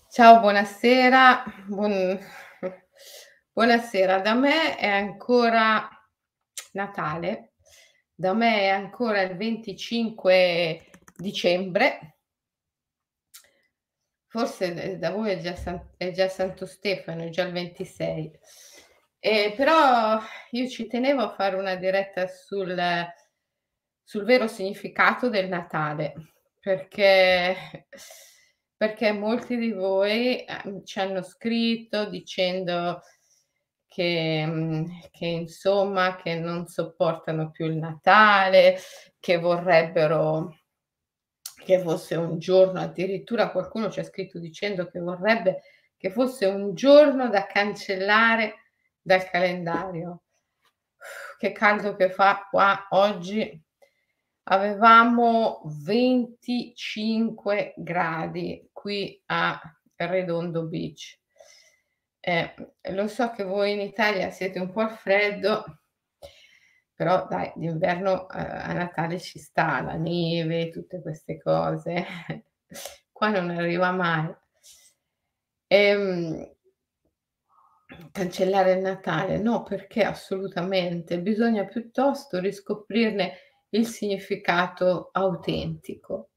Ciao, buonasera. Buonasera. Da me è ancora Natale, da me è ancora il 25 dicembre, forse da voi è già Santo Stefano, è già il 26. Però io ci tenevo a fare una diretta sul vero significato del Natale, perché molti di voi, ci hanno scritto dicendo che insomma, che non sopportano più il Natale, che vorrebbero che fosse un giorno, addirittura qualcuno ci ha scritto dicendo che vorrebbe che fosse un giorno da cancellare dal calendario. Che caldo che fa qua oggi. Avevamo 25 gradi qui a Redondo Beach. Lo so che voi in Italia siete un po' al freddo, però dai, d'inverno, a Natale ci sta, la neve, tutte queste cose. Qua non arriva mai. Ehm Cancellare il Natale, no, perché assolutamente, bisogna piuttosto riscoprirne il significato autentico.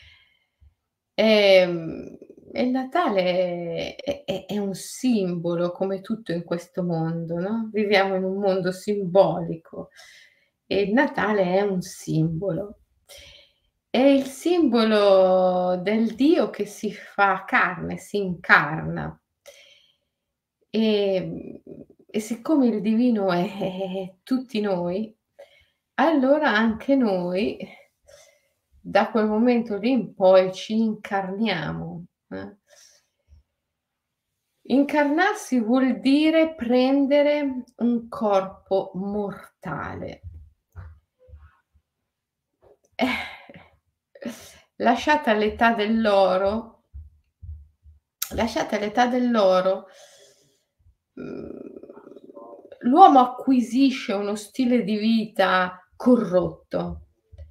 Ehm, e il Natale è un simbolo come tutto in questo mondo, no, viviamo in un mondo simbolico e il Natale è un simbolo. È il simbolo del Dio che si fa carne, si incarna. Ehm, e siccome il divino è tutti noi, allora anche noi da quel momento lì in poi ci incarniamo, eh. Incarnarsi vuol dire prendere un corpo mortale. Lasciata l'età dell'oro lasciata l'età dell'oro, l'uomo acquisisce uno stile di vita corrotto.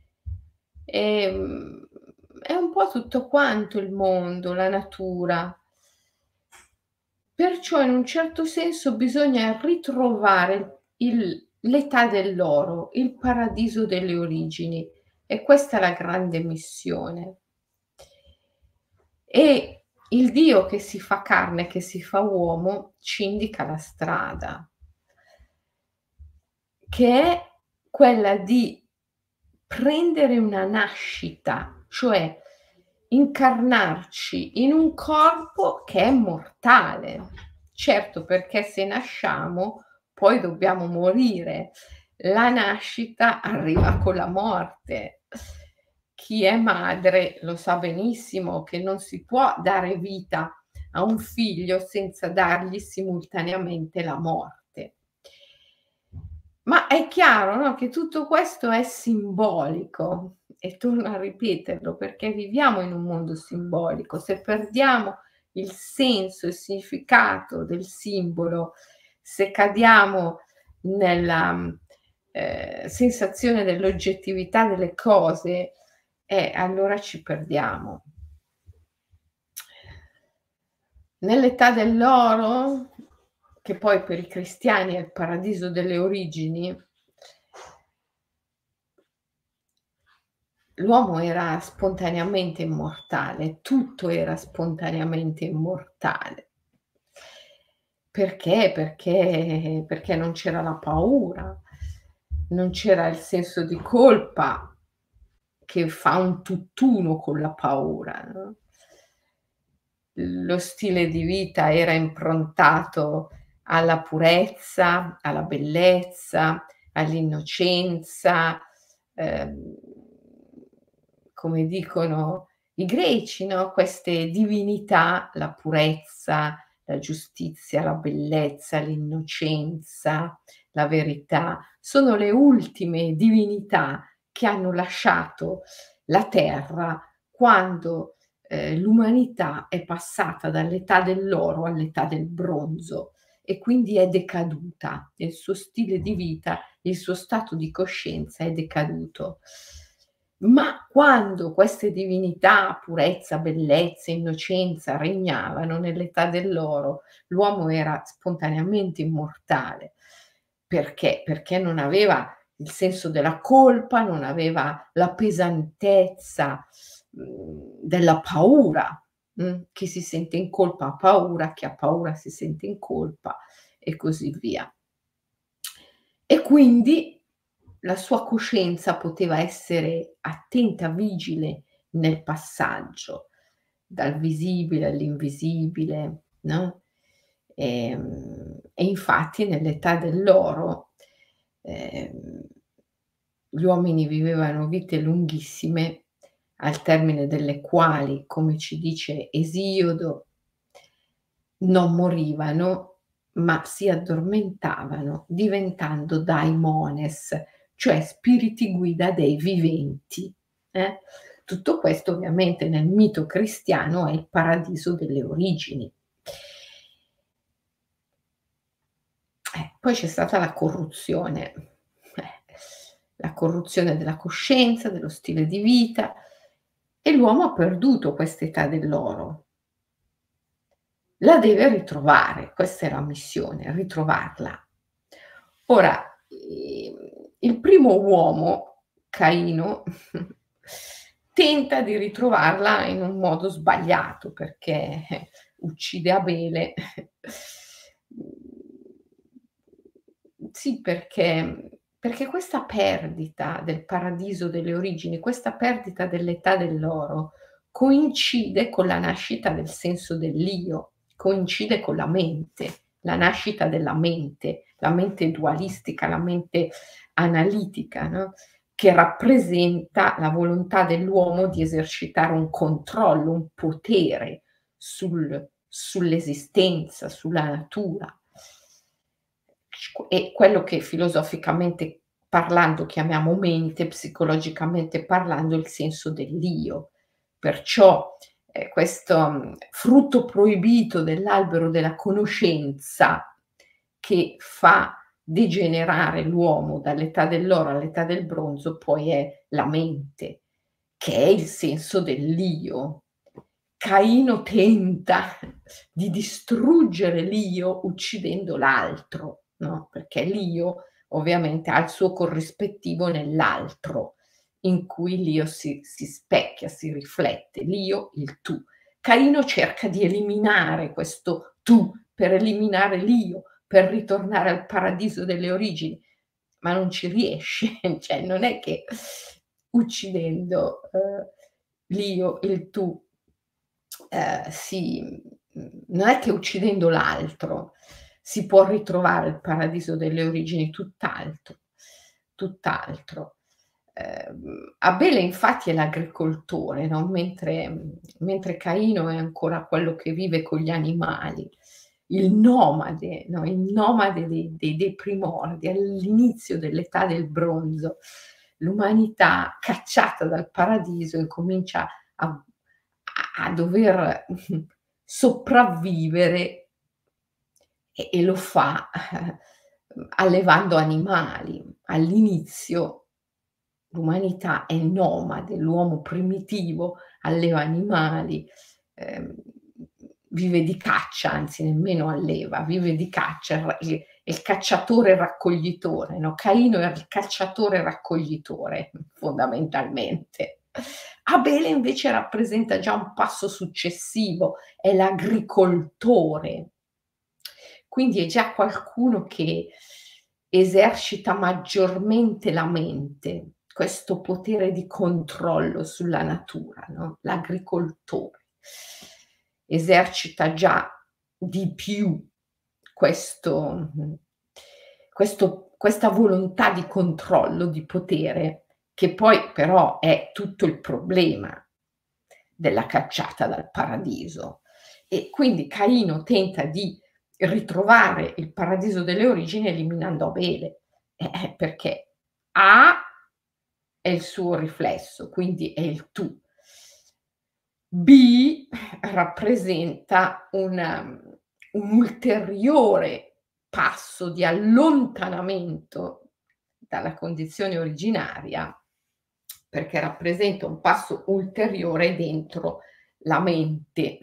Ehm, è un po' tutto quanto il mondo, la natura. Perciò in un certo senso bisogna ritrovare l'età dell'oro, il paradiso delle origini e questa è la grande missione. E il Dio che si fa carne, che si fa uomo, ci indica la strada, che è quella di prendere una nascita, cioè incarnarci in un corpo che è mortale. Certo, perché se nasciamo poi dobbiamo morire. La nascita arriva con la morte. Chi è madre lo sa benissimo che non si può dare vita a un figlio senza dargli simultaneamente la morte. Ma è chiaro, no, che tutto questo è simbolico e torno a ripeterlo perché viviamo in un mondo simbolico. Se perdiamo il senso, il significato del simbolo, se cadiamo nella, sensazione dell'oggettività delle cose, allora ci perdiamo. Nell'età dell'oro, che poi per i cristiani è il paradiso delle origini, l'uomo era spontaneamente immortale, tutto era spontaneamente immortale. Perché? Perché non c'era la paura, non c'era il senso di colpa che fa un tutt'uno con la paura, no? Lo stile di vita era improntato alla purezza, alla bellezza, all'innocenza, ehm, come dicono i greci, no, queste divinità, la purezza, la giustizia, la bellezza, l'innocenza, la verità, sono le ultime divinità che hanno lasciato la terra quando l'umanità è passata dall'età dell'oro all'età del bronzo e quindi è decaduta, il suo stile di vita, il suo stato di coscienza è decaduto. Ma quando queste divinità, purezza, bellezza, innocenza regnavano nell'età dell'oro, l'uomo era spontaneamente immortale. Perché? Perché non aveva il senso della colpa, non aveva la pesantezza, della paura. Chi si sente in colpa ha paura, chi ha paura si sente in colpa e così via. E quindi la sua coscienza poteva essere attenta, vigile nel passaggio dal visibile all'invisibile, no, e infatti nell'età dell'oro, ehm, gli uomini vivevano vite lunghissime, al termine delle quali, come ci dice Esiodo, non morivano, ma si addormentavano diventando daimones, cioè spiriti guida dei viventi, eh. Tutto questo ovviamente nel mito cristiano è il paradiso delle origini. Poi c'è stata la corruzione della coscienza, dello stile di vita e l'uomo ha perduto quest'età dell'oro. La deve ritrovare, questa è la missione, ritrovarla. Ora, il primo uomo, Caino, tenta di ritrovarla in un modo sbagliato perché uccide Abele. Sì, perché questa perdita del paradiso delle origini, questa perdita dell'età dell'oro, coincide con la nascita del senso dell'io, coincide con la nascita della mente, la mente dualistica, la mente analitica, no, che rappresenta la volontà dell'uomo di esercitare un controllo, un potere sull'esistenza, sulla natura. E quello che filosoficamente parlando chiamiamo mente, psicologicamente parlando il senso dell'io. Perciò, questo, frutto proibito dell'albero della conoscenza che fa degenerare l'uomo dall'età dell'oro all'età del bronzo poi è la mente, che è il senso dell'io. Caino tenta di distruggere l'io uccidendo l'altro, no, perché l'io ovviamente ha il suo corrispettivo nell'altro, in cui l'io si specchia, si riflette, l'io, il tu. Caino cerca di eliminare questo tu, per eliminare l'io, per ritornare al paradiso delle origini, ma non ci riesce, cioè non è che uccidendo, l'io, il tu, non è che uccidendo l'altro si può ritrovare il paradiso delle origini, tutt'altro, tutt'altro. Abele infatti è l'agricoltore, no, mentre Caino è ancora quello che vive con gli animali, il nomade, no, il nomade dei primordi, all'inizio dell'età del bronzo. L'umanità cacciata dal paradiso incomincia a dover sopravvivere e lo fa allevando animali. All'inizio l'umanità è nomade, l'uomo primitivo alleva animali, ehm, vive di caccia, anzi nemmeno alleva, vive di caccia, il cacciatore raccoglitore, no, Caino era il cacciatore raccoglitore fondamentalmente. Abele invece rappresenta già un passo successivo, è l'agricoltore. Quindi è già qualcuno che esercita maggiormente la mente, questo potere di controllo sulla natura, no, l'agricoltore esercita già di più questo questa volontà di controllo, di potere, che poi però è tutto il problema della cacciata dal paradiso. E quindi Caino tenta di ritrovare il paradiso delle origini eliminando Abele, perché A è il suo riflesso, quindi è il tu. B rappresenta un ulteriore passo di allontanamento dalla condizione originaria perché rappresenta un passo ulteriore dentro la mente,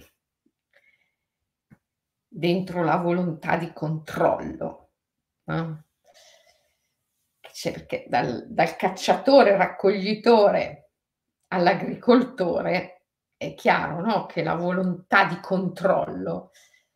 dentro la volontà di controllo, no, perché dal cacciatore raccoglitore all'agricoltore è chiaro, no, che la volontà di controllo,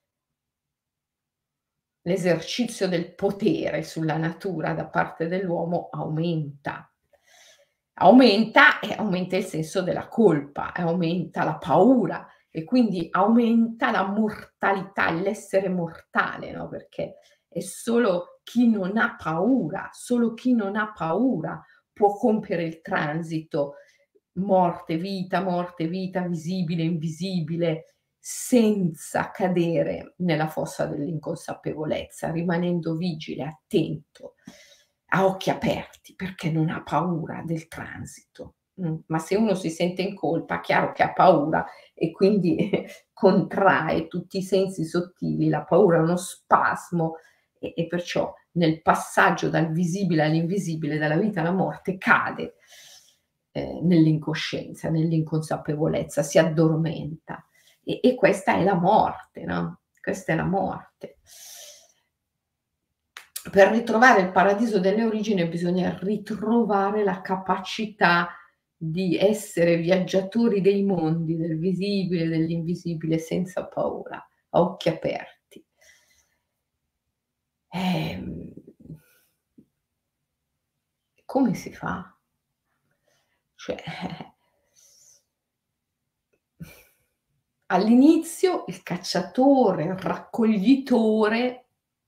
l'esercizio del potere sulla natura da parte dell'uomo aumenta. Aumenta e aumenta il senso della colpa, e aumenta la paura e quindi aumenta la mortalità, l'essere mortale, no, perché è solo chi non ha paura, solo chi non ha paura può compiere il transito morte, vita, visibile, invisibile, senza cadere nella fossa dell'inconsapevolezza, rimanendo vigile, attento, a occhi aperti, perché non ha paura del transito. Ma se uno si sente in colpa, chiaro che ha paura e quindi contrae tutti i sensi sottili, la paura è uno spasmo e perciò nel passaggio dal visibile all'invisibile, dalla vita alla morte, cade nell'incoscienza, nell'inconsapevolezza, si addormenta. E questa è la morte, no, questa è la morte. Per ritrovare il paradiso delle origini bisogna ritrovare la capacità di essere viaggiatori dei mondi, del visibile e dell'invisibile senza paura, a occhi aperti. Come si fa? Cioè, all'inizio il cacciatore, il raccoglitore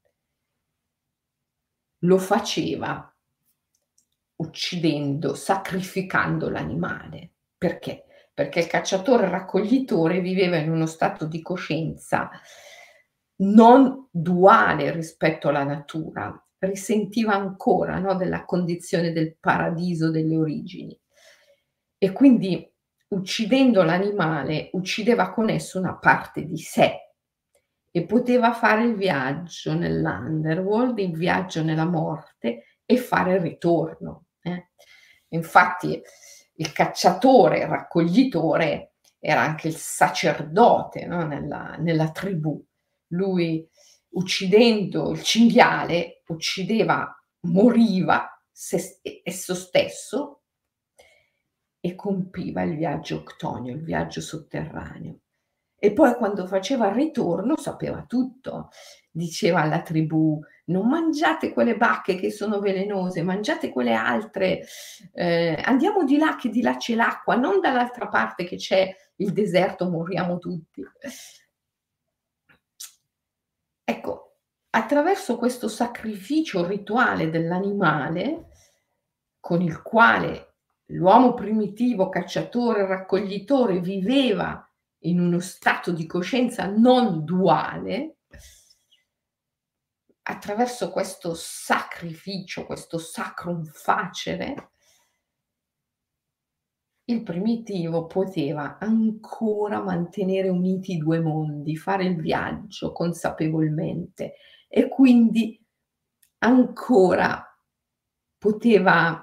lo faceva uccidendo, sacrificando l'animale. Perché? Perché il cacciatore raccoglitore viveva in uno stato di coscienza non duale rispetto alla natura, risentiva ancora, no, della condizione del paradiso delle origini e quindi uccidendo l'animale uccideva con esso una parte di sé e poteva fare il viaggio nell'underworld, il viaggio nella morte e fare il ritorno. Infatti il cacciatore, il raccoglitore era anche il sacerdote, no, nella tribù. Lui uccidendo il cinghiale moriva esso stesso e compiva il viaggio octonio, il viaggio sotterraneo. E poi quando faceva il ritorno sapeva tutto. Diceva alla tribù: "Non mangiate quelle bacche che sono velenose, mangiate quelle altre, andiamo di là che di là c'è l'acqua, non dall'altra parte che c'è il deserto, moriamo tutti". Ecco, attraverso questo sacrificio rituale dell'animale, con il quale l'uomo primitivo, cacciatore, raccoglitore, viveva in uno stato di coscienza non duale, attraverso questo sacrificio, questo sacrum facere, il primitivo poteva ancora mantenere uniti i 2 mondi, fare il viaggio consapevolmente e quindi ancora poteva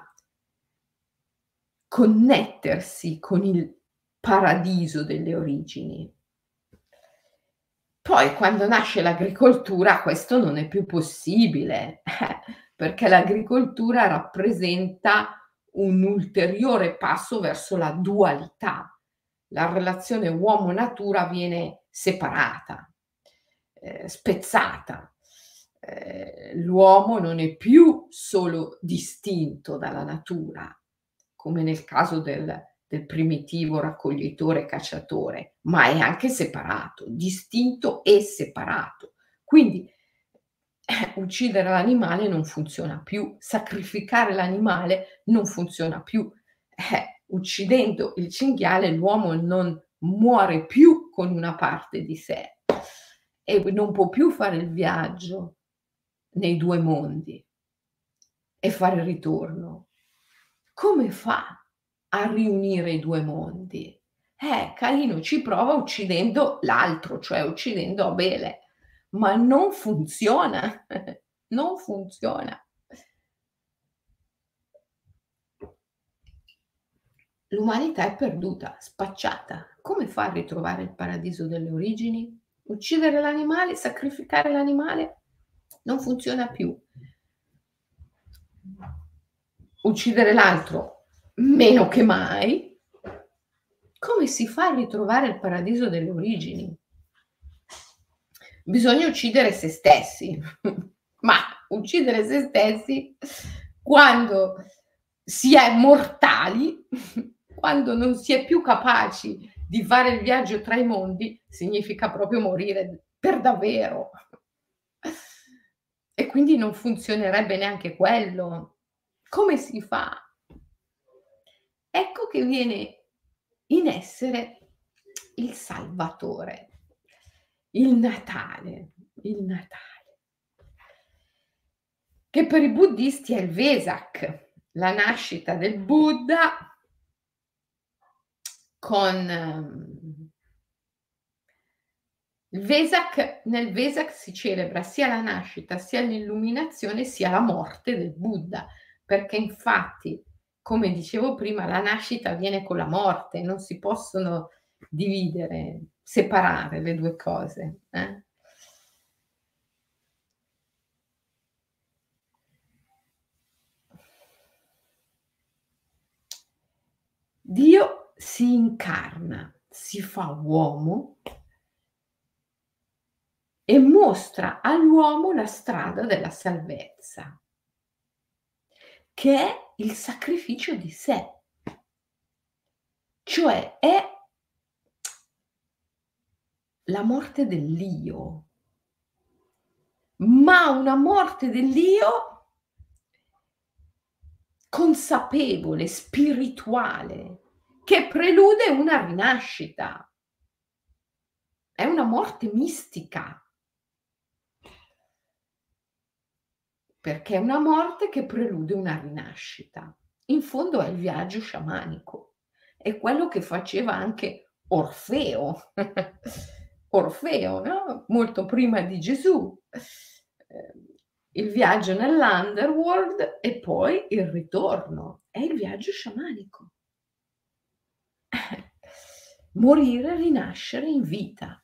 connettersi con il paradiso delle origini. Poi quando nasce l'agricoltura questo non è più possibile, perché l'agricoltura rappresenta un ulteriore passo verso la dualità. La relazione uomo-natura viene separata, spezzata. L'uomo non è più solo distinto dalla natura, come nel caso del primitivo raccoglitore cacciatore, ma è anche separato, distinto e separato. Quindi uccidere l'animale non funziona più, sacrificare l'animale non funziona più. Uccidendo il cinghiale l'uomo non muore più con una parte di sé e non può più fare il viaggio nei 2 mondi e fare il ritorno. Come fa a riunire i 2 mondi? Caino ci prova uccidendo l'altro, cioè uccidendo Abele, ma non funziona, non funziona. l'umanità è perduta, spacciata. Come fa a ritrovare il paradiso delle origini? Uccidere l'animale, sacrificare l'animale? Non funziona più. Uccidere l'altro? Meno che mai. Come si fa a ritrovare il paradiso delle origini? Bisogna uccidere se stessi, ma uccidere se stessi quando si è mortali, quando non si è più capaci di fare il viaggio tra i mondi, significa proprio morire per davvero. E quindi non funzionerebbe neanche quello. Come si fa? Ecco che viene in essere il Salvatore, il Natale, che per i buddisti è il Vesak, la nascita del Buddha con il Vesak. Nel Vesak si celebra sia la nascita, sia l'illuminazione, sia la morte del Buddha, perché infatti, come dicevo prima, la nascita avviene con la morte, non si possono dividere, separare le 2 cose, eh. Dio si incarna, si fa uomo e mostra all'uomo la strada della salvezza, che è il sacrificio di sé, cioè è la morte dell'io, ma una morte dell'io consapevole, spirituale, che prelude una rinascita. È una morte mistica, perché è una morte che prelude una rinascita. In fondo è il viaggio sciamanico, è quello che faceva anche Orfeo. Orfeo, no, molto prima di Gesù. Il viaggio nell'underworld e poi il ritorno, è il viaggio sciamanico. Morire, rinascere in vita.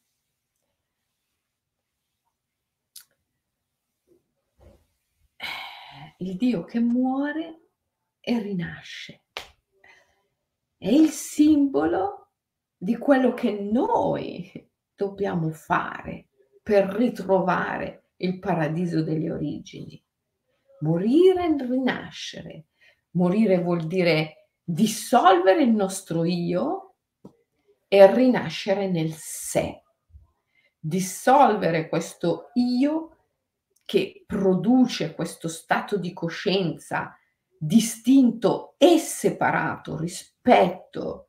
Il Dio che muore e rinasce. È il simbolo di quello che noi dobbiamo fare per ritrovare il paradiso delle origini. Morire e rinascere. Morire vuol dire dissolvere il nostro io e rinascere nel sé. Dissolvere questo io che produce questo stato di coscienza distinto e separato rispetto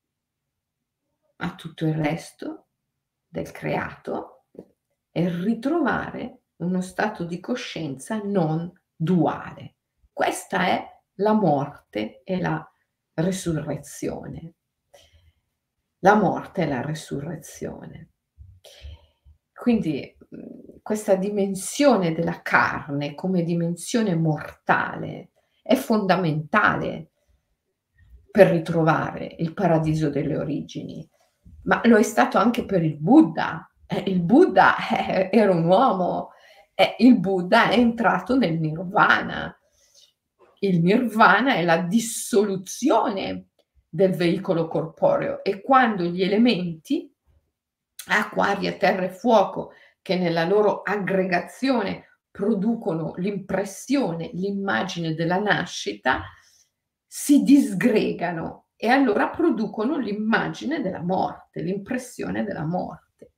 a tutto il resto del creato e ritrovare uno stato di coscienza non duale. Questa è la morte e la resurrezione. La morte e la resurrezione. Quindi questa dimensione della carne come dimensione mortale è fondamentale per ritrovare il paradiso delle origini, ma lo è stato anche per il Buddha. Il Buddha era un uomo, il Buddha è entrato nel nirvana. Il nirvana è la dissoluzione del veicolo corporeo e quando gli elementi, acqua, aria, terra e fuoco, che nella loro aggregazione producono l'impressione, l'immagine della nascita, si disgregano e allora producono l'immagine della morte, l'impressione della morte.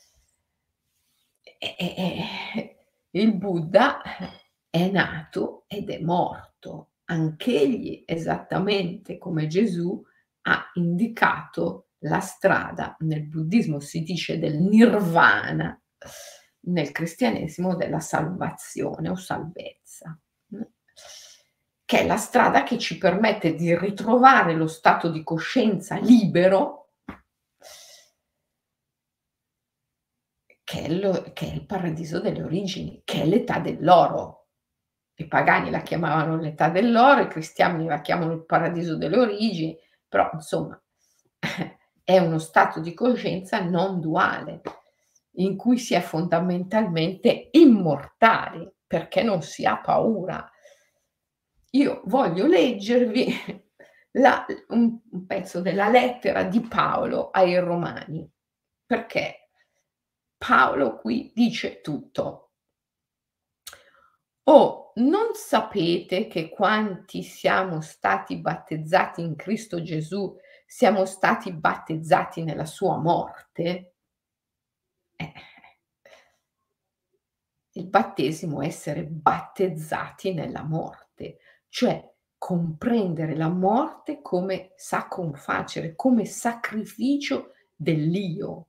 Il Buddha è nato ed è morto, anch'egli esattamente come Gesù ha indicato la strada. Nel buddismo si dice del nirvana, nel cristianesimo della salvazione o salvezza, che è la strada che ci permette di ritrovare lo stato di coscienza libero che è il paradiso delle origini, che è l'età dell'oro. I pagani la chiamavano l'età dell'oro, i cristiani la chiamano il paradiso delle origini, però insomma è uno stato di coscienza non duale, in cui si è fondamentalmente immortali, perché non si ha paura. Io voglio leggervi un pezzo della lettera di Paolo ai Romani, perché Paolo qui dice tutto. "O non sapete che quanti siamo stati battezzati in Cristo Gesù, siamo stati battezzati nella sua morte?" Eh. Il battesimo è essere battezzati nella morte, cioè comprendere la morte come sacrum facere, come sacrificio dell'io.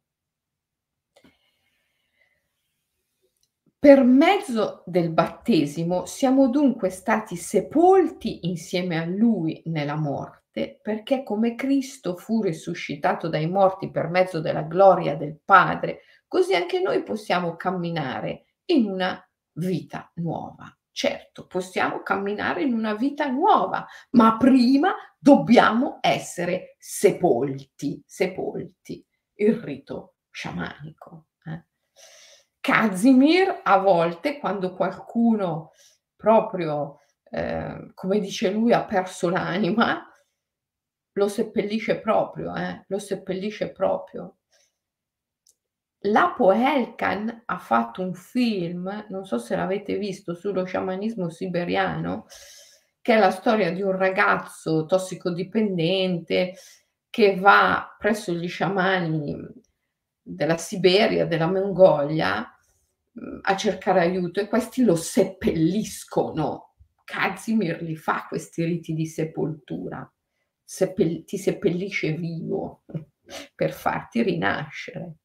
Per mezzo del battesimo siamo dunque stati sepolti insieme a Lui nella morte, perché come Cristo fu risuscitato dai morti per mezzo della gloria del Padre, così anche noi possiamo camminare in una vita nuova. Certo, possiamo camminare in una vita nuova, ma prima dobbiamo essere sepolti, il rito sciamanico. Casimir a volte, quando qualcuno proprio, come dice lui, ha perso l'anima, lo seppellisce proprio, lo seppellisce proprio. Lapo Elkan ha fatto un film, non so se l'avete visto, sullo sciamanismo siberiano, che è la storia di un ragazzo tossicodipendente che va presso gli sciamani della Siberia, della Mongolia, a cercare aiuto e questi lo seppelliscono. Kazimir li fa questi riti di sepoltura, ti seppellisce vivo per farti rinascere.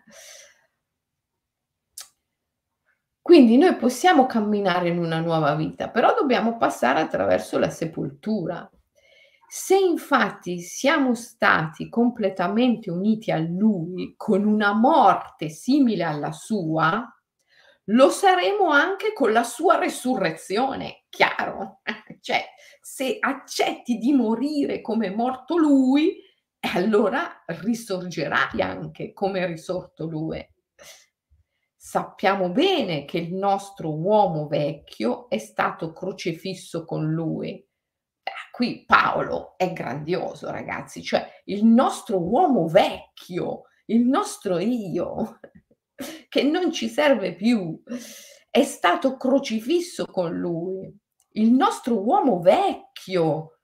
Quindi noi possiamo camminare in una nuova vita, però dobbiamo passare attraverso la sepoltura. Se infatti siamo stati completamente uniti a Lui con una morte simile alla sua, lo saremo anche con la sua resurrezione, chiaro? Cioè, se accetti di morire come è morto Lui, allora risorgerai anche come è risorto Lui. Sappiamo bene che il nostro uomo vecchio è stato crocifisso con Lui. Qui Paolo è grandioso ragazzi, cioè il nostro uomo vecchio, il nostro io, che non ci serve più, è stato crocifisso con Lui. Il nostro uomo vecchio.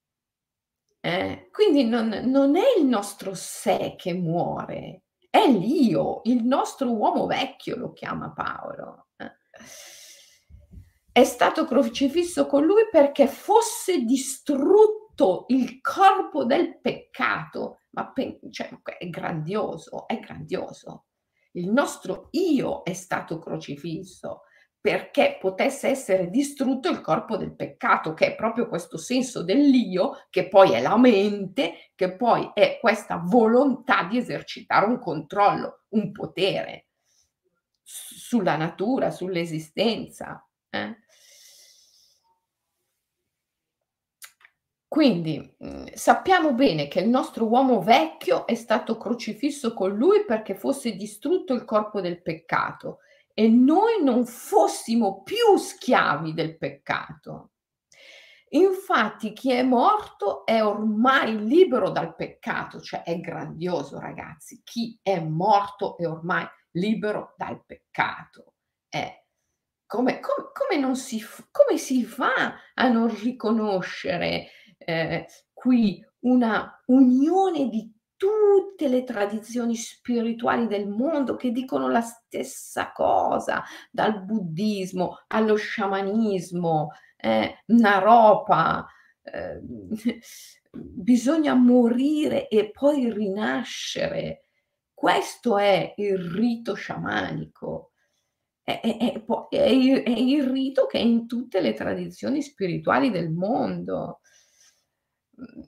Quindi non è il nostro sé che muore, è l'io, il nostro uomo vecchio lo chiama Paolo. È stato crocifisso con Lui perché fosse distrutto il corpo del peccato. Ma cioè, è grandioso, è grandioso. Il nostro io è stato crocifisso perché potesse essere distrutto il corpo del peccato, che è proprio questo senso dell'io, che poi è la mente, che poi è questa volontà di esercitare un controllo, un potere sulla natura, sull'esistenza. Quindi, sappiamo bene che il nostro uomo vecchio è stato crocifisso con Lui perché fosse distrutto il corpo del peccato e noi non fossimo più schiavi del peccato. Infatti chi è morto è ormai libero dal peccato, cioè è grandioso ragazzi, chi è morto è ormai libero dal peccato. Come non come si fa a non riconoscere, qui una unione di tutte le tradizioni spirituali del mondo che dicono la stessa cosa, dal buddismo allo sciamanismo, Naropa, bisogna morire e poi rinascere. Questo è il rito sciamanico. È il rito che è in tutte le tradizioni spirituali del mondo. Mhmm,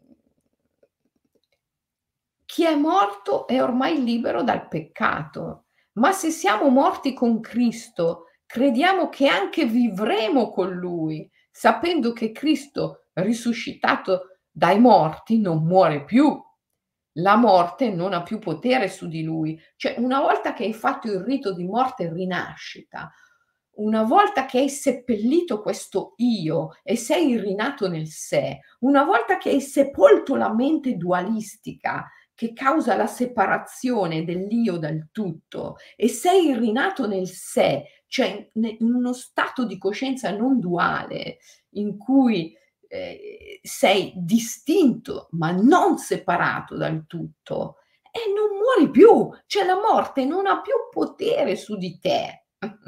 Chi è morto è ormai libero dal peccato, ma se siamo morti con Cristo, crediamo che anche vivremo con Lui, sapendo che Cristo risuscitato dai morti non muore più. La morte non ha più potere su di lui. Cioè, una volta che hai fatto il rito di morte e rinascita, una volta che hai seppellito questo io e sei rinato nel sé, una volta che hai sepolto la mente dualistica che causa la separazione dell'io dal tutto e sei rinato nel sé, cioè in uno stato di coscienza non duale in cui sei distinto ma non separato dal tutto e non muori più, cioè la morte non ha più potere su di te.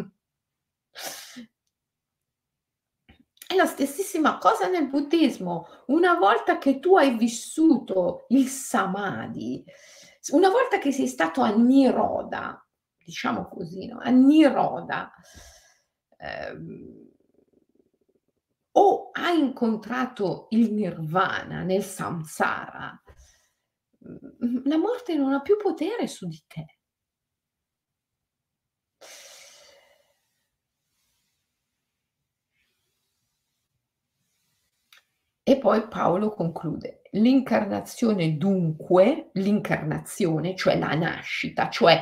È la stessissima cosa nel buddismo. Una volta che tu hai vissuto il samadhi, una volta che sei stato a Niroda, diciamo così, no, a Niroda, ehm, o hai incontrato il nirvana nel samsara, la morte non ha più potere su di te. E poi Paolo conclude: l'incarnazione, cioè la nascita, cioè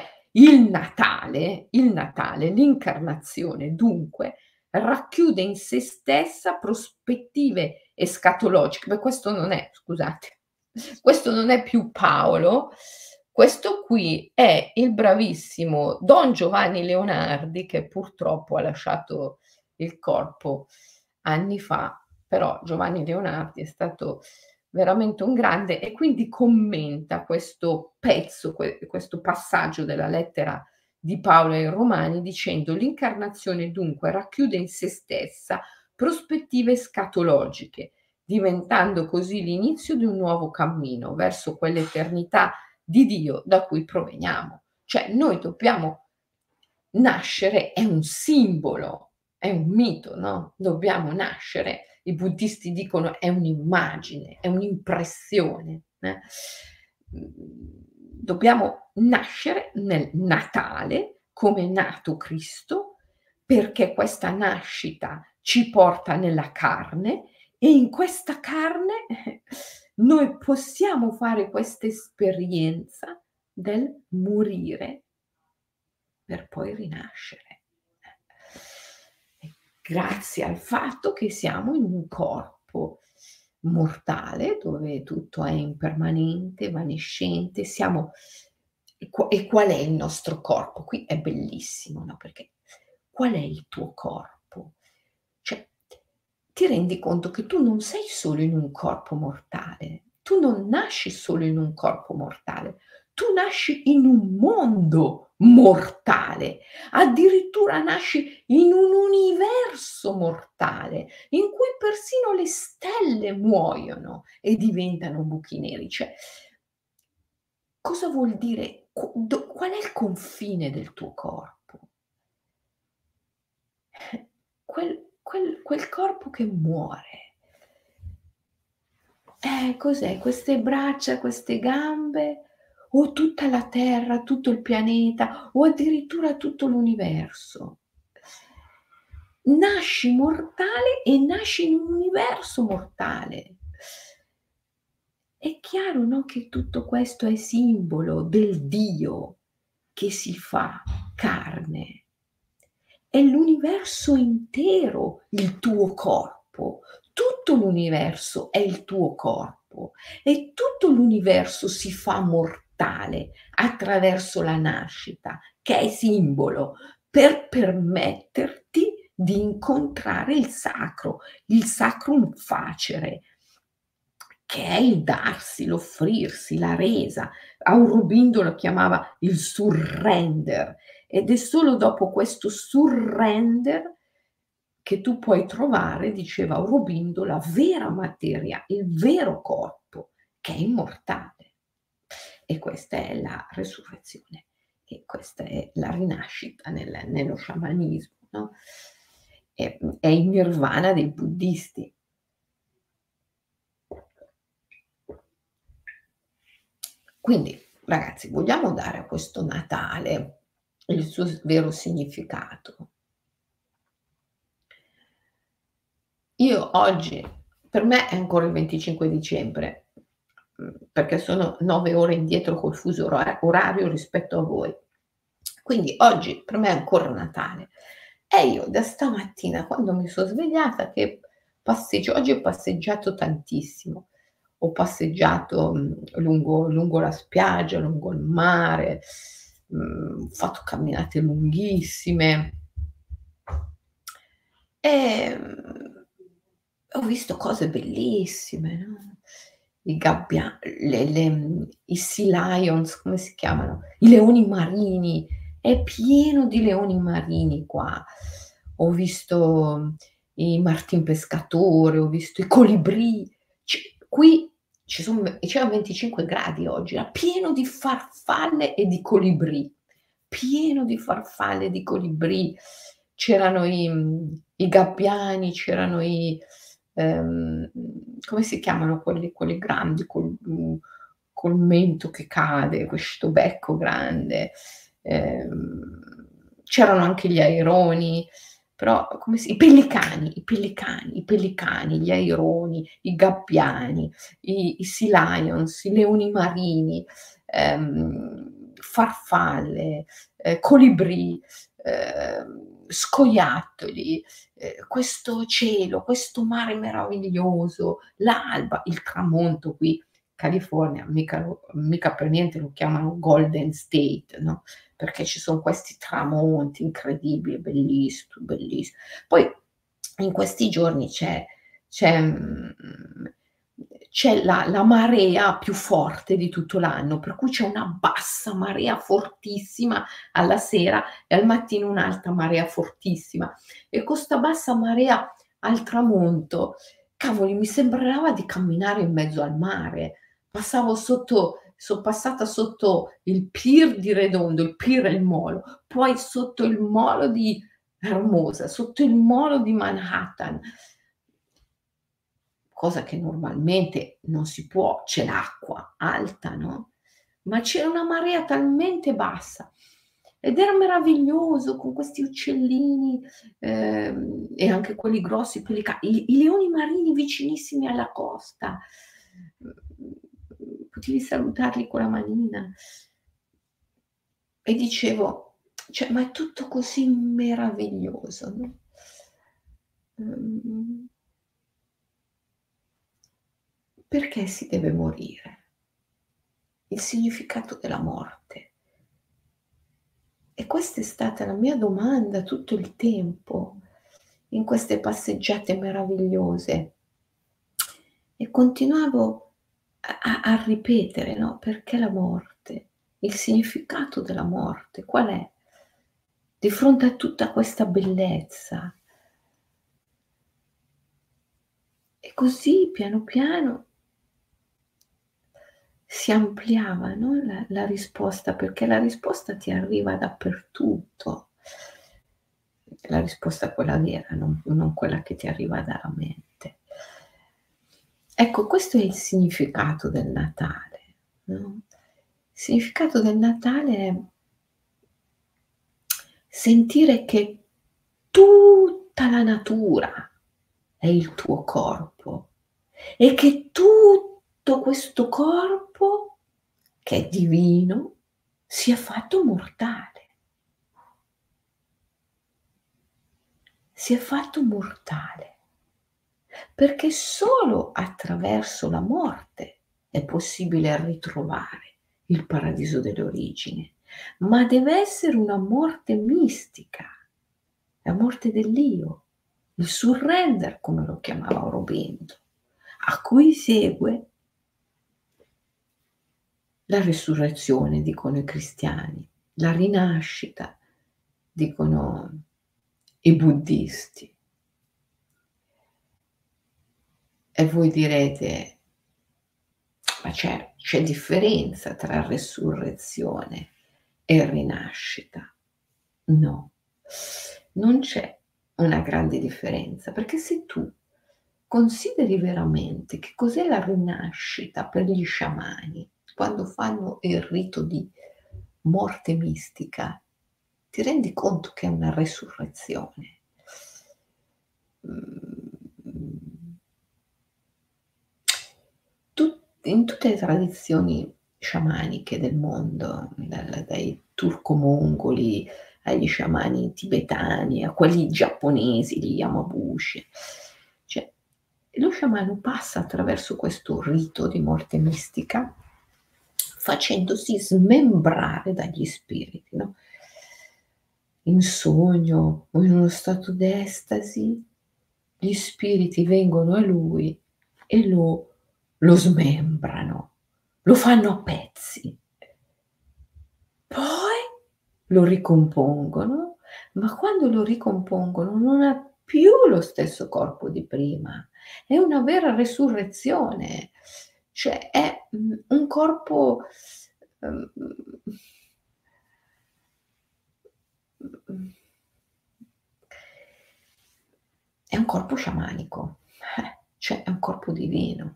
il Natale, l'incarnazione dunque racchiude in sé stessa prospettive escatologiche. Beh, questo non è, scusate, questo non è più Paolo, questo qui è il bravissimo Don Giovanni Leonardi, che purtroppo ha lasciato il corpo anni fa, però Giovanni Leonardi è stato veramente un grande e quindi commenta questo pezzo, questo passaggio della lettera di Paolo ai Romani dicendo: l'incarnazione dunque racchiude in se stessa prospettive scatologiche, diventando così l'inizio di un nuovo cammino verso quell'eternità di Dio da cui proveniamo. Cioè noi dobbiamo nascere, è un simbolo, è un mito, no, dobbiamo nascere, i buddisti dicono è un'immagine, è un'impressione, dobbiamo nascere nel Natale, come è nato Cristo, perché questa nascita ci porta nella carne e in questa carne noi possiamo fare questa esperienza del morire per poi rinascere. E grazie al fatto che siamo in un corpo mortale, dove tutto è impermanente, evanescente, siamo e qual è il nostro corpo? Qui è bellissimo, no, perché qual è il tuo corpo? Cioè, ti rendi conto che tu non sei solo in un corpo mortale, tu non nasci solo in un corpo mortale, tu nasci in un mondo mortale, addirittura nasci in un universo mortale, in cui persino le stelle muoiono e diventano buchi neri. Cioè, cosa vuol dire? Qual è il confine del tuo corpo? Quel corpo che muore. Cos'è? Queste braccia, queste gambe, o tutta la terra, tutto il pianeta, o addirittura tutto l'universo. Nasci mortale e nasci in un universo mortale. È chiaro, no, che tutto questo è simbolo del Dio che si fa carne. È l'universo intero il tuo corpo, tutto l'universo è il tuo corpo e tutto l'universo si fa mortale attraverso la nascita, che è simbolo, per permetterti di incontrare il sacrum facere, che è il darsi, l'offrirsi, la resa. Aurobindo lo chiamava il surrender ed è solo dopo questo surrender che tu puoi trovare, diceva Aurobindo, la vera materia, il vero corpo che è immortale. E questa è la resurrezione e questa è la rinascita nello sciamanismo, no? È il nirvana dei buddisti. Quindi, ragazzi, vogliamo dare a questo Natale il suo vero significato. Io oggi Per me è ancora il 25 dicembre, perché sono 9 ore indietro col fuso orario rispetto a voi. Quindi oggi per me è ancora Natale. E io da stamattina quando mi son svegliata che passeggio oggi ho passeggiato tantissimo. Ho passeggiato, lungo la spiaggia, lungo il mare, ho fatto camminate lunghissime. Ehm, Ho visto cose bellissime, no, i i sea lions, come si chiamano? I leoni marini, è pieno di leoni marini qua. Ho visto i martin pescatore, ho visto i colibrì. Qui c'erano 25 gradi oggi, era pieno di farfalle e di colibrì, pieno di farfalle e di colibrì. C'erano i gabbiani, c'erano ehm, come si chiamano quelli grandi col mento che cade, questo becco grande. C'erano anche gli aironi, però i pellicani, gli aironi, i gabbiani, i sea lions, i leoni marini, farfalle, colibrì, scoiattoli, questo cielo, questo mare meraviglioso, l'alba, il tramonto qui. California mica per niente lo chiamano Golden State, no, perché ci son questi tramonti incredibili, Poi in questi giorni c'è, c'è la marea più forte di tutto l'anno, per cui c'è una bassa marea fortissima alla sera e al mattino un'alta marea fortissima. E con 'sta bassa marea al tramonto, cavoli, mi sembrava di camminare in mezzo al mare. Son passata sotto il pier di Redondo, il pier è il molo, poi sotto il molo di Hermosa, sotto il molo di Manhattan, cosa che normalmente non si può, c'è l'acqua alta, no, ma c'era una marea talmente bassa ed era meraviglioso con questi uccellini, e anche quelli grossi, i leoni marini vicinissimi alla costa. Potevi salutarli con la manina. E dicevo: "Cioè, ma è tutto così meraviglioso, no?" Mhmm, perché si deve morire? Il significato della morte. E questa è stata la mia domanda tutto il tempo, in queste passeggiate meravigliose. E continuavo a ripetere, no, perché la morte? Il significato della morte qual è? Di fronte a tutta questa bellezza. E così piano piano si ampliava, no, la risposta, perché la risposta ti arriva dappertutto. La risposta quella vera, non quella che ti arriva dalla mente. Ecco, questo è il significato del Natale, no, il significato del Natale è sentire che tutta la natura è il tuo corpo e che tutto questo corpo, che è divino, si è fatto mortale. Si è fatto mortale, perché solo attraverso la morte è possibile ritrovare il paradiso delle origini, ma deve essere una morte mistica, la morte dell'io, il surrender come lo chiamava Aurobindo, a cui segue la risurrezione, dicono i cristiani, la rinascita, dicono i buddisti. E voi direte: "Ma c'è differenza tra resurrezione e rinascita?" No, non c'è una grande differenza, perché se tu consideri veramente che cos'è la rinascita per gli sciamani, quando fanno il rito di morte mistica, ti rendi conto che è una resurrezione. Mhmm in tutte le tradizioni sciamaniche del mondo, dai turco-mongoli agli sciamani tibetani, a quelli giapponesi, gli Yamabushi, cioè lo sciamano passa attraverso questo rito di morte mistica, facendosi smembrare dagli spiriti, no, in sogno o in uno stato d'estasi, gli spiriti vengono a lui e lo smembrano, lo fanno a pezzi. Poi lo ricompongono, ma quando lo ricompongono non ha più lo stesso corpo di prima. È una vera resurrezione, cioè è, un corpo, uhm, mhmm, è un corpo sciamanico, cioè è un corpo divino.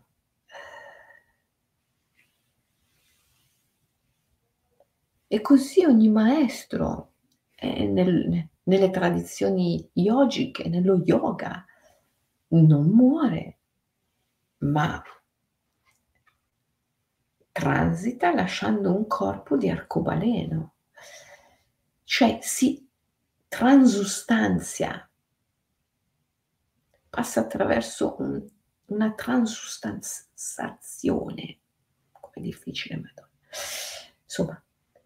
E così ogni maestro, nelle tradizioni yogiche, nello yoga, non muore, ma transita lasciando un corpo di arcobaleno, cioè si transustanzia, passa attraverso una transustanzazione. Com'è difficile, madonna. Insomma,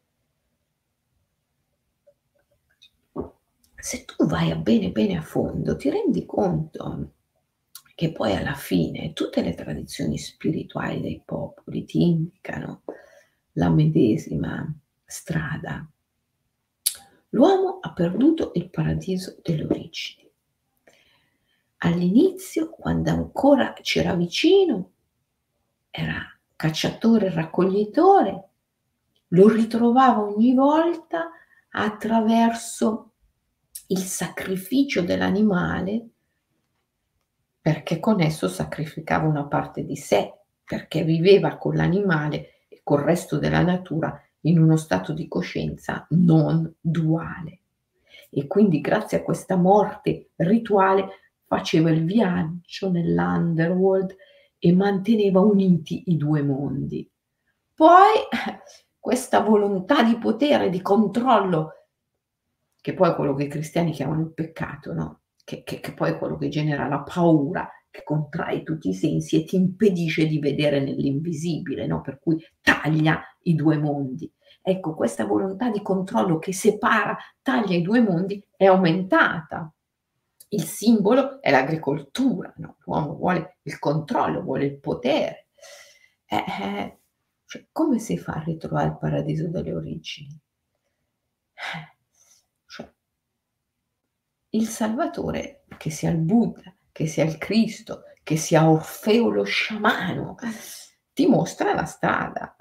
se tu vai a bene a fondo, ti rendi conto che poi alla fine tutte le tradizioni spirituali dei popoli ti indicano la medesima strada. L'uomo ha perduto il paradiso delle origini. All'inizio, quando ancora c'era vicino, era cacciatore e raccoglitore, lo ritrovava ogni volta attraverso il sacrificio dell'animale, perché con esso sacrificava una parte di sé, perché viveva con l'animale e col resto della natura in uno stato di coscienza non duale. E quindi grazie a questa morte rituale faceva il viaggio nell'underworld e manteneva uniti i 2 mondi. Poi questa volontà di potere, di controllo, che poi è quello che i cristiani chiamano il peccato, no, che poi è quello che genera la paura, che contrae tutti i sensi e ti impedisce di vedere nell'invisibile, no, per cui taglia i 2 mondi. Ecco, questa volontà di controllo che separa, taglia i 2 mondi è aumentata. Il simbolo è l'agricoltura, no, l'uomo vuole il controllo, vuole il potere. Cioè come si fa a ritrovare il paradiso delle origini? Cioè il Salvatore, che sia il Buddha, che sia il Cristo, che sia Orfeo lo sciamano, ti mostra la strada.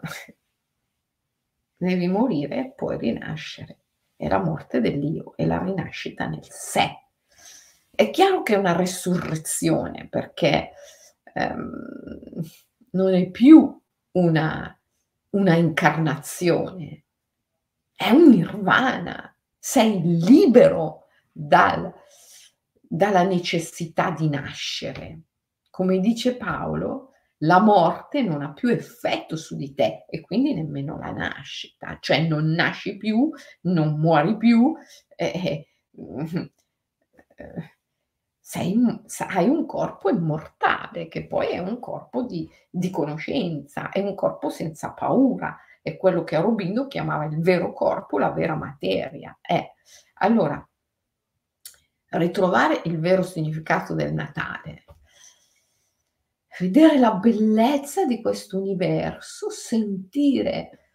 Devi morire e poi rinascere. È la morte dell'io, è la rinascita nel sé. È chiaro che è una resurrezione perché, ehm, non è più una incarnazione, è un nirvana. Sei libero dalla necessità di nascere. Come dice Paolo, la morte non ha più effetto su di te e quindi nemmeno la nascita, cioè non nasci più, non muori più, mhmm, ehm, hai un corpo immortale che poi è un corpo di conoscenza, è un corpo senza paura, è quello che Aurobindo chiamava il vero corpo, la vera materia. Allora, ritrovare il vero significato del Natale, vedere la bellezza di questo universo, sentire,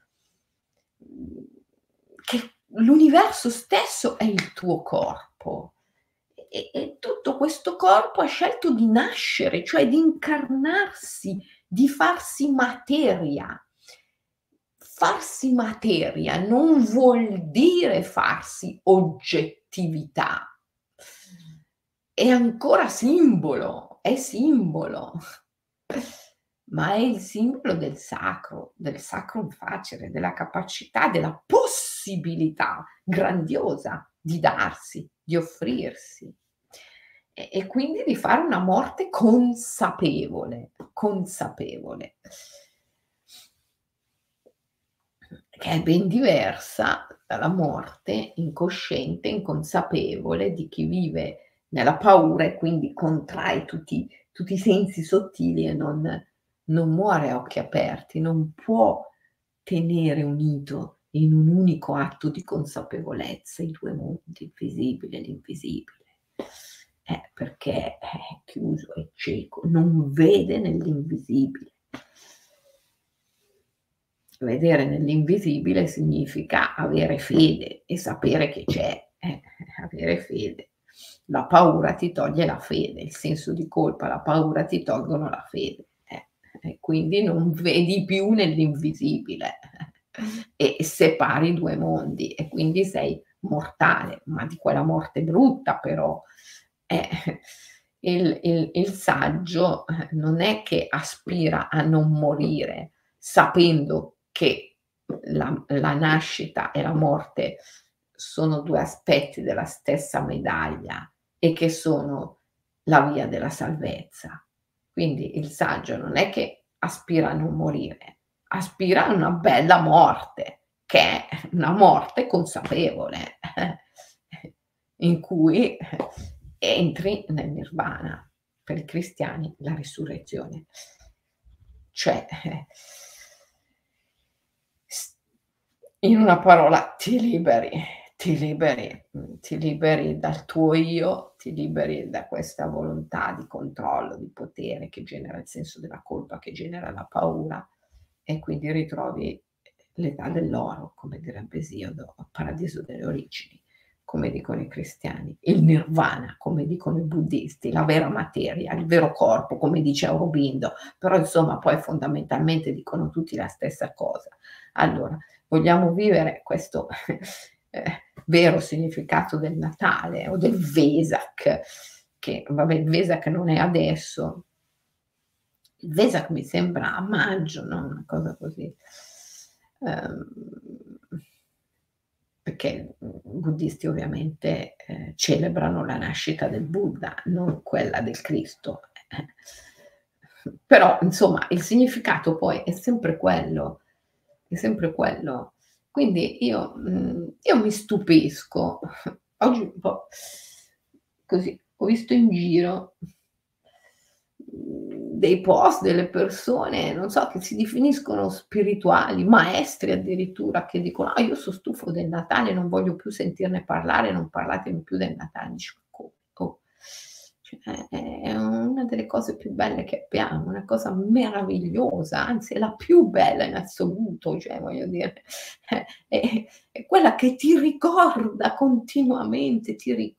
che l'universo stesso è il tuo corpo e tutto questo corpo ha scelto di nascere, cioè di incarnarsi, di farsi materia. Farsi materia non vuol dire farsi oggettività. È ancora simbolo, è simbolo, ma è il simbolo del sacrum facere, della capacità, della possibilità grandiosa di darsi, di offrirsi e quindi di fare una morte consapevole, consapevole. che è ben diversa dalla morte incosciente, inconsapevole di chi vive nella paura e quindi contrae tutti i sensi sottili e non muore a occhi aperti, non può tenere unito in un unico atto di consapevolezza i 2 mondi, il visibile e l'invisibile. Perché è chiuso, è cieco, non vede nell'invisibile. Vedere nell'invisibile significa avere fede e sapere che c'è, avere fede. La paura ti toglie la fede, il senso di colpa, la paura ti tolgono la fede, e quindi non vedi più nell'invisibile e separi i 2 mondi e quindi sei mortale, ma di quella morte brutta però. Eh, il saggio, non è che aspira a non morire, sapendo che la nascita e la morte sono 2 aspetti della stessa medaglia e che sono la via della salvezza. Quindi il saggio non è che aspira a non morire, aspira a una bella morte, che è una morte consapevole, in cui entri nel nirvana. Per i cristiani la risurrezione. Cioè, s in una parola ti liberi dal tuo io, ti liberi da questa volontà di controllo, di potere che genera il senso della colpa, che genera la paura e quindi ritrovi l'età dell'oro, come direbbe Esiodo, il paradiso delle origini, come dicono i cristiani, il nirvana, come dicono i buddisti, la vera materia, il vero corpo, come dice Aurobindo, però insomma poi fondamentalmente dicono tutti la stessa cosa. Allora, vogliamo vivere questo vero significato del Natale o del Vesak, che vabbè il Vesak non è adesso, il Vesak mi sembra a maggio, no, una cosa così. Ehm, perché, i buddisti ovviamente, celebrano la nascita del Buddha, non quella del Cristo. Però insomma il significato poi è sempre quello, è sempre quello. Quindi io mi stupisco, oggi un po' così, ho visto in giro, dei post delle persone, non so, che si definiscono spirituali, maestri addirittura, che dicono: "Ah, io so stufo del Natale, non voglio più sentirne parlare, non parlatemi più del Natale." Dici: "Ma come? Oh." Cioè, è una delle cose più belle che abbiamo, una cosa meravigliosa, anzi è la più bella in assoluto, cioè voglio dire, è quella che ti ricorda continuamente,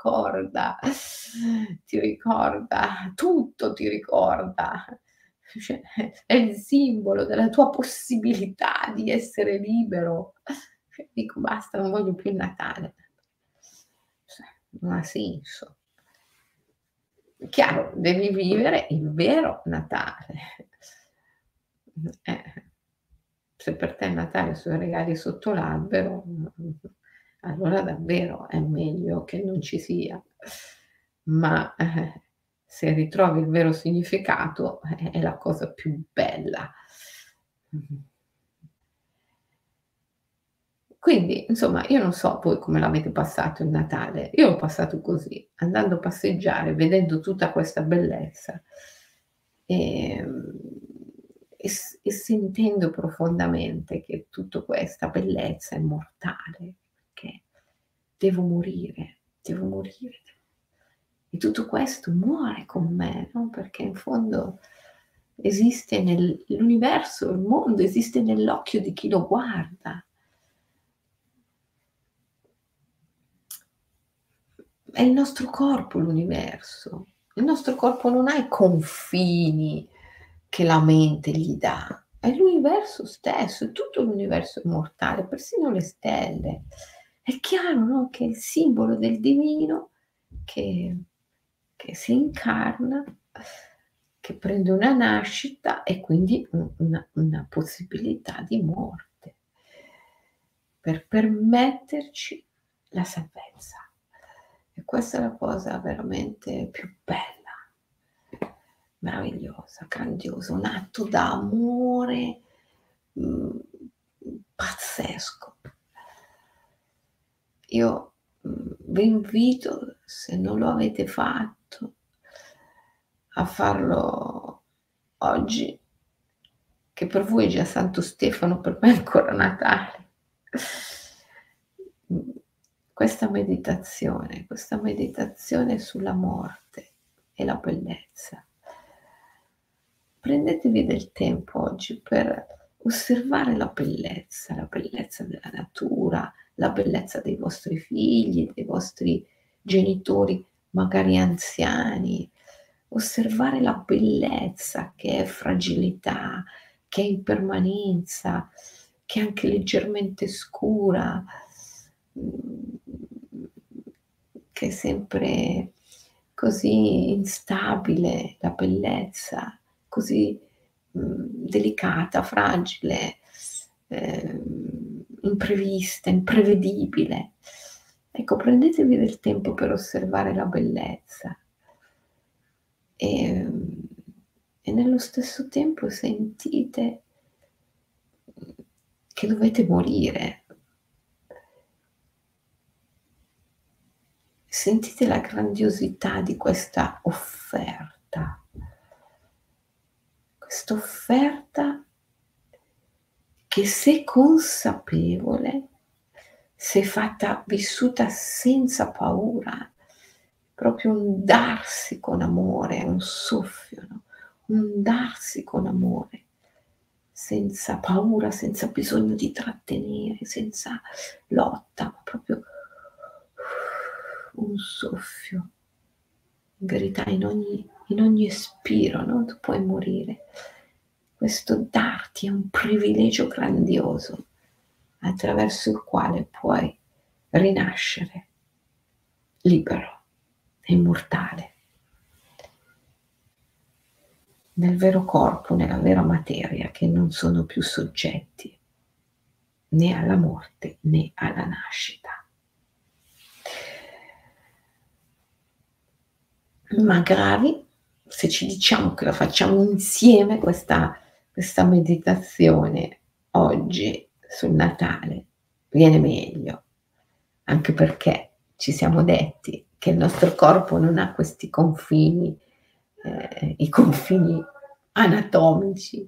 ti ricorda, tutto ti ricorda. Cioè, è il simbolo della tua possibilità di essere libero. Cioè dico: "Basta, non voglio più il Natale." Cioè, non ha senso. Chiaro, devi vivere il vero Natale. Se per te il Natale sono i regali sotto l'albero, allora davvero è meglio che non ci sia. Ma, se ritrovi il vero significato è la cosa più bella. Mh-mh. Quindi, insomma, io non so voi come l'avete passato il Natale, io l'ho passato così, andando a passeggiare, vedendo tutta questa bellezza, ehm, e sentendo profondamente che tutto questa bellezza è mortale, che devo morire. E tutto questo muore con me, no, perché in fondo esiste l'universo, il mondo esiste nell'occhio di chi lo guarda. È il nostro corpo l'universo. Il nostro corpo non ha i confini che la mente gli dà. È l'universo stesso, tutto l'universo è mortale, persino le stelle. È chiaro, no, che è il simbolo del divino che si incarna, che prende una nascita e quindi una possibilità di morte per permetterci la salvezza. E questa è la cosa veramente più bella, meravigliosa, grandiosa, un atto d'amore, mhmm, pazzesco. Io, vi invito, se non lo avete fatto, a farlo oggi, che per voi è già Santo Stefano, per me è ancora Natale. Mhmm, questa meditazione sulla morte e la bellezza. Prendetevi del tempo oggi per osservare la bellezza della natura, la bellezza dei vostri figli, dei vostri genitori magari anziani. Osservare la bellezza che è fragilità, che è impermanenza, che è anche leggermente scura, mhmm, che è sempre così instabile la bellezza, così, delicata, fragile, imprevista, imprevedibile. Ecco, prendetevi del tempo per osservare la bellezza, ehm, e nello stesso tempo sentite, che dovete morire. Sentite la grandiosità di questa offerta che, se consapevole, se fatta vissuta senza paura, proprio un darsi con amore, un soffio, no, un darsi con amore, senza paura, senza bisogno di trattenere, senza lotta, ma proprio un soffio. In verità in ogni espiro, no, tu puoi morire. Questo darti è un privilegio grandioso, attraverso il quale puoi rinascere libero e immortale, nel vero corpo, nella vera materia, che non sono più soggetti né alla morte né alla nascita. Magari, se ci diciamo che la facciamo insieme questa meditazione oggi sul Natale, viene meglio, anche perché ci siamo detti che il nostro corpo non ha questi confini, i confini anatomici.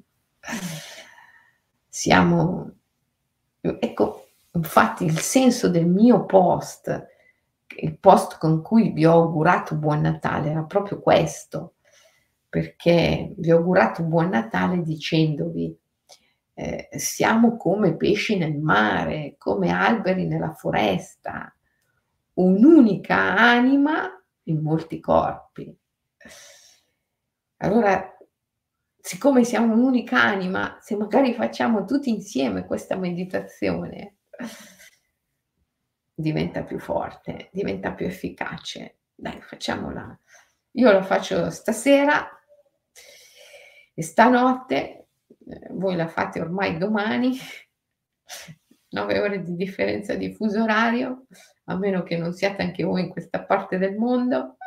Siamo ecco, infatti il senso del mio post, il post con cui vi ho augurato buon Natale, era proprio questo, perché vi ho augurato buon Natale dicendovi: siamo come pesci nel mare, come alberi nella foresta, un'unica anima in molti corpi. Allora, siccome siamo un'unica anima, se magari facciamo tutti insieme questa meditazione, diventa più forte, diventa più efficace. Dai, facciamola. Io la faccio stasera e stanotte, voi la fate ormai domani, 9 ore di differenza di fuso orario, a meno che non siate anche voi in questa parte del mondo,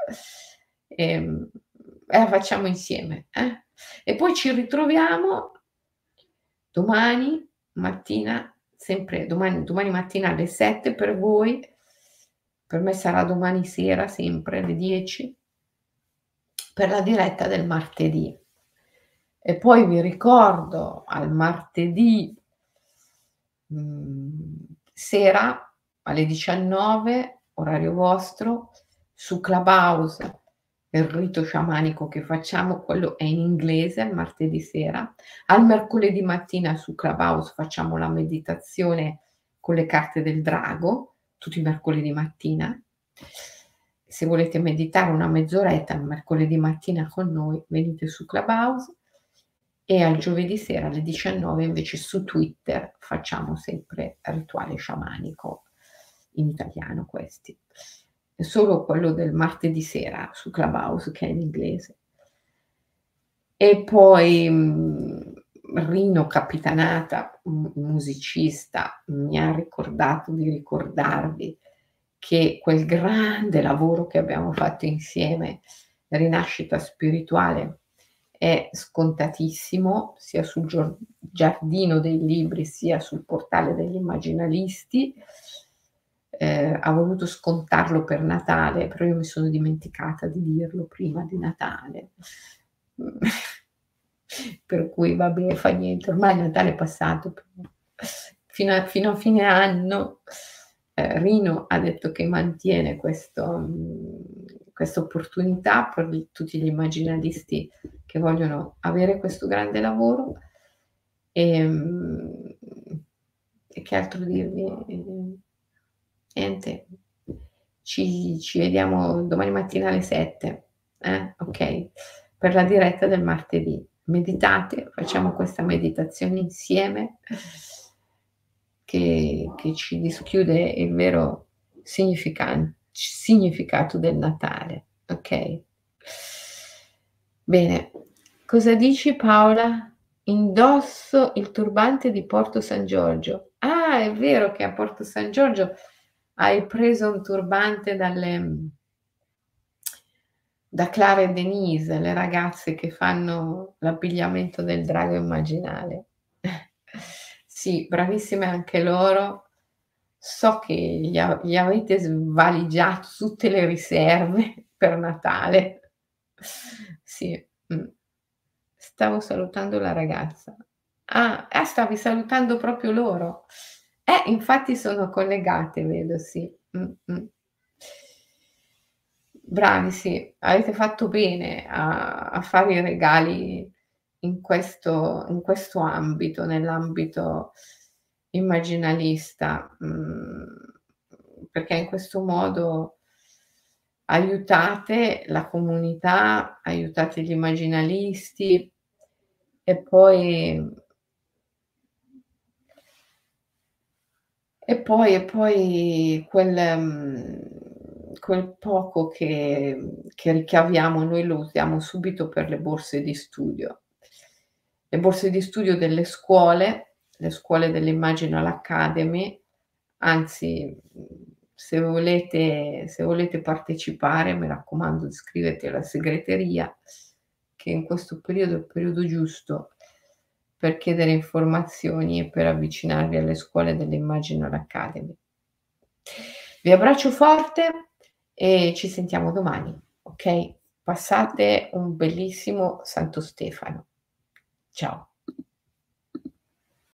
e la facciamo insieme, eh. E poi ci ritroviamo domani mattina, sempre domani mattina alle 7 per voi, per me sarà domani sera sempre alle 10, per la diretta del martedì. E poi vi ricordo al martedì, sera alle 19, orario vostro, su Clubhouse, il rito sciamanico che facciamo, quello è in inglese al martedì sera. Al mercoledì mattina su Clubhouse facciamo la meditazione con le carte del drago, tutti i mercoledì mattina. Se volete meditare una mezz'oretta il mercoledì mattina con noi, venite su Clubhouse. E al giovedì sera alle 19 invece su Twitter facciamo sempre rituale sciamanico, in italiano questi. È solo quello del martedì sera su Clubhouse che è in inglese. E poi, Rino Capitanata, musicista, mi ha ricordato di ricordarvi che quel grande lavoro che abbiamo fatto insieme, Rinascita Spirituale, è scontatissimo, sia sul giardino dei libri, sia sul portale degli immaginalisti. Ha voluto scontarlo per Natale, però io mi sono dimenticata di dirlo prima di Natale. Mhmm, per cui vabbè, fa niente, ormai il Natale è passato. Fino a fine anno, Rino ha detto che mantiene questa opportunità per tutti gli immaginalisti che vogliono avere questo grande lavoro. Ehm, e che altro dirvi? Niente, ci vediamo domani mattina alle 7, okay, per la diretta del martedì. Meditate, facciamo questa meditazione insieme che ci dischiude il vero significato del Natale, okay? Bene, cosa dici Paola? Indosso il turbante di Porto San Giorgio. Ah, è vero che a Porto San Giorgio hai preso un turbante da Clara e Denise, le ragazze che fanno l'abbigliamento del drago immaginale. Sì, bravissime anche loro. So che gli avete svaligiato tutte le riserve per Natale. Sì, stavo salutando la ragazza. Stavi salutando proprio loro. Infatti sono collegate vedo, sì. Bravi, sì, avete fatto bene a fare i regali in questo ambito, nell'ambito immaginalista, perché in questo modo aiutate la comunità, aiutate gli immaginalisti e poi e poi quel poco che ricaviamo noi lo usiamo subito per le borse di studio. Le borse di studio delle scuole, le scuole dell'Imaginal Academy, anzi, se volete partecipare, mi raccomando iscriviti alla segreteria, che in questo periodo è il periodo giusto per chiedere informazioni e per avvicinarvi alle scuole dell'Imaginal Academy. Vi abbraccio forte e ci sentiamo domani, okay? Passate un bellissimo Santo Stefano. Ciao.